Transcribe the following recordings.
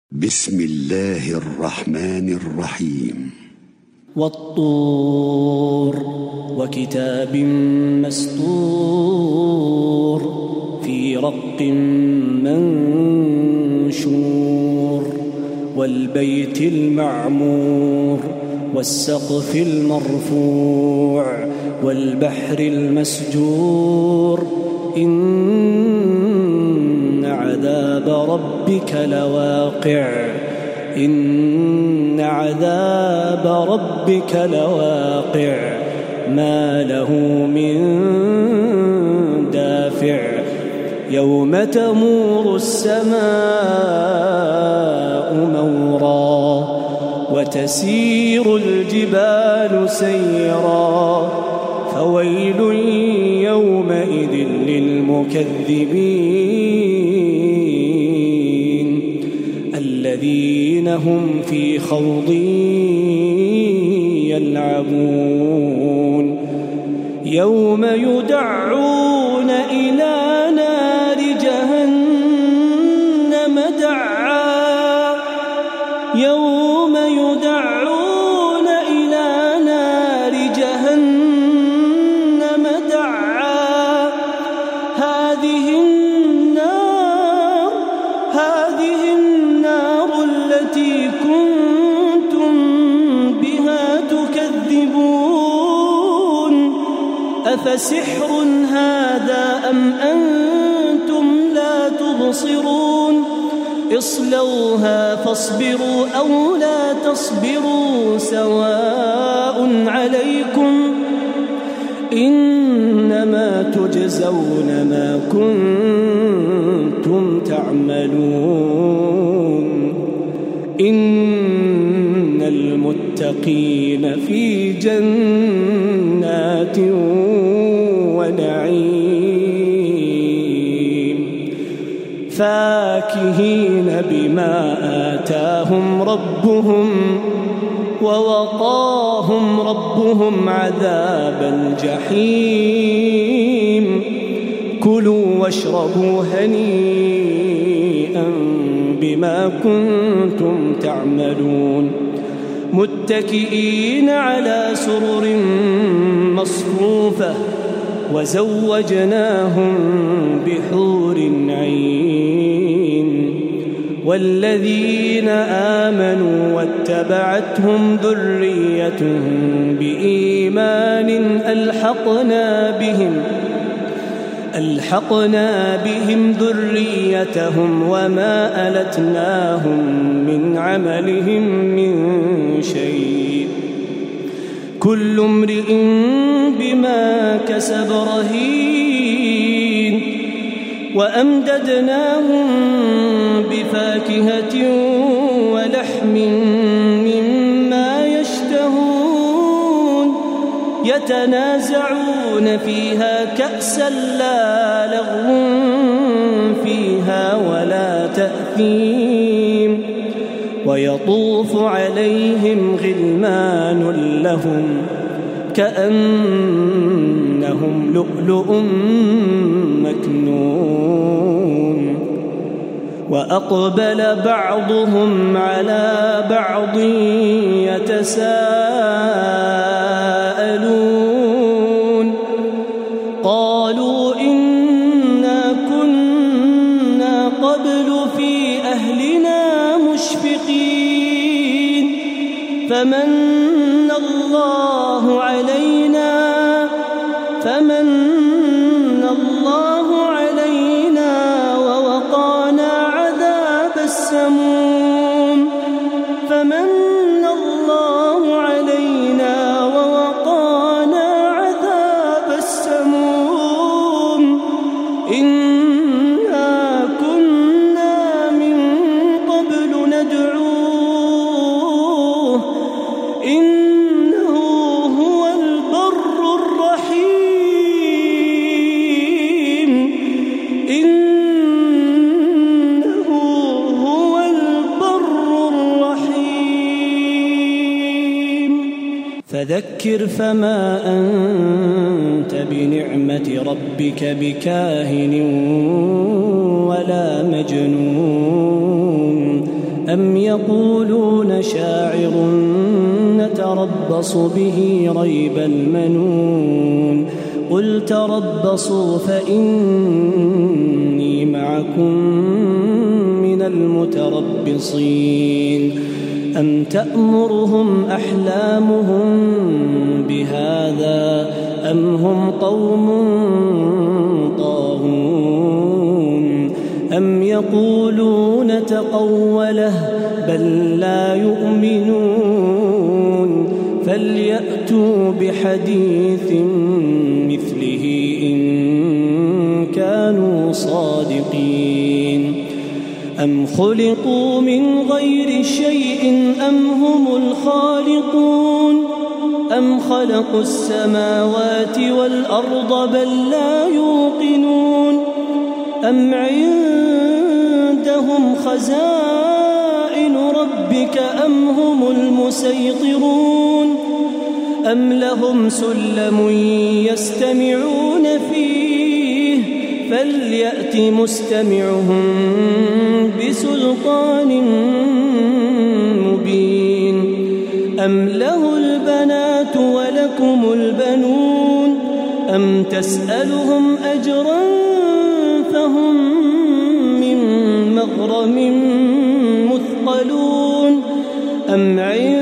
بسم الله الرحمن الرحيم. والطور وكتاب مسطور في رق منشور والبيت المعمور والسقف المرفوع والبحر المسجور إن عذاب ربك لواقع إن عذاب ربك لواقع ما له من دافع يوم تمور السماء مورا وتسير الجبال سيرا فويل يومئذ للمكذبين الذين هم في خوض يلعبون يوم يدعون إلى نار جهنم دعا يوم يدعون إلى نار جهنم دعا هذه النار التي كنتم بها تكذبون أفسحر هذا أم أنتم لا تبصرون اصلوها فاصبروا أو لا تصبروا سواء عليكم إنما تجزون ما كنتم تعملون إن المتقين في جنات ونعيم فاكهين بما آتاهم ربهم ووقاهم ربهم عذاب الجحيم كلوا واشربوا هنيئا بما كنتم تعملون متكئين على سرر مصفوفة وزوجناهم بحور عين والذين آمنوا واتبعتهم ذريتهم بإيمان ألحقنا بهم ذريتهم وما ألتناهم من عملهم من شيء كل امرئ بما كسب رهين وأمددناهم بفاكهة ولحم مما يشتهون يتنازعون فيها كأسا لا لغو فيها ولا تأثيم ويطوف عليهم غلمان لهم كأنهم لؤلؤ مكنون وأقبل بعضهم على بعض يتساءلون قالوا إنا كنا قبل في أهلنا مشفقين فمن الله علينا ووقانا عذاب السموم فمن الله علينا ووقانا عذاب السموم إنا كنا من قبل ندعوه إنه هو البر الرحيم إنه هو البر الرحيم فذكر فما أنت بنعمة ربك بكاهن ولا مجنون أم يقولون شاعر نتربص به ريب المنون قل تربصوا فإني معكم من المتربصين أم تأمرهم أحلامهم بهذا أم هم قوم طاغون أم يقولون تقوله بل لا يؤمنون فليأتوا بحديث مثله إن كانوا صادقين أم خلقوا من غير شيء أم هم الخالقون أم خلقوا السماوات والأرض بل لا يوقنون أم عندهم خزائن ربك أم هم المسيطرون أم لهم سلم يستمعون فيه فليأت مستمعهم بسلطان مبين أم له البنات ولكم البنون أم تسألهم أجرا فهم من مغرم مثقلون أم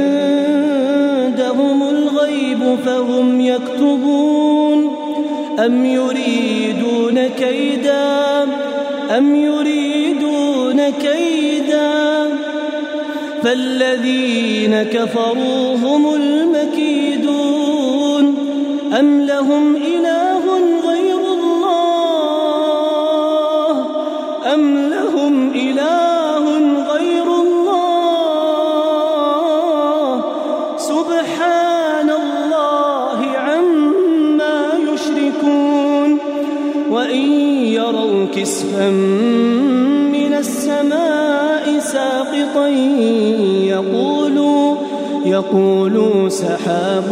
عندهم الغيب فهم يكتبون أم يريدون كيدا فالذين كفروا هم المكيدون أم لهم إله غير الله سبحان الله عما يشركون وإن يروا كسفا من السماء ساقطا يقولوا سحاب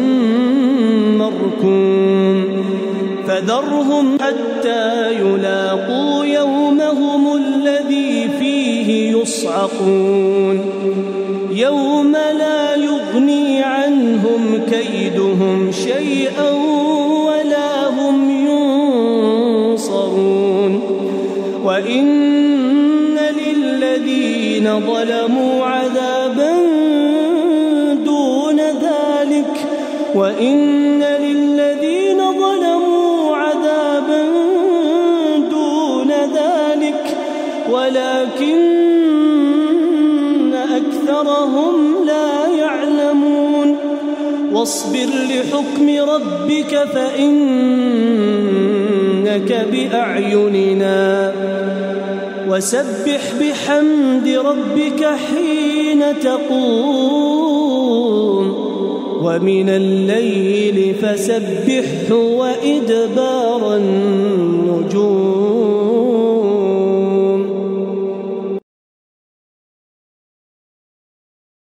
مركوم فذرهم حتى يلاقوا يومهم الذي فيه يصعقون يوم لا يغني عنهم كيدهم شيئا ولا هم ينصرون وإن للذين ظلموا عذابا دون ذلك ولكن أكثرهم لا يعلمون واصبر لحكم ربك فإنك بأعيننا وسبح بحمد ربك حين تقوم ومن الليل فسبحه وإدبار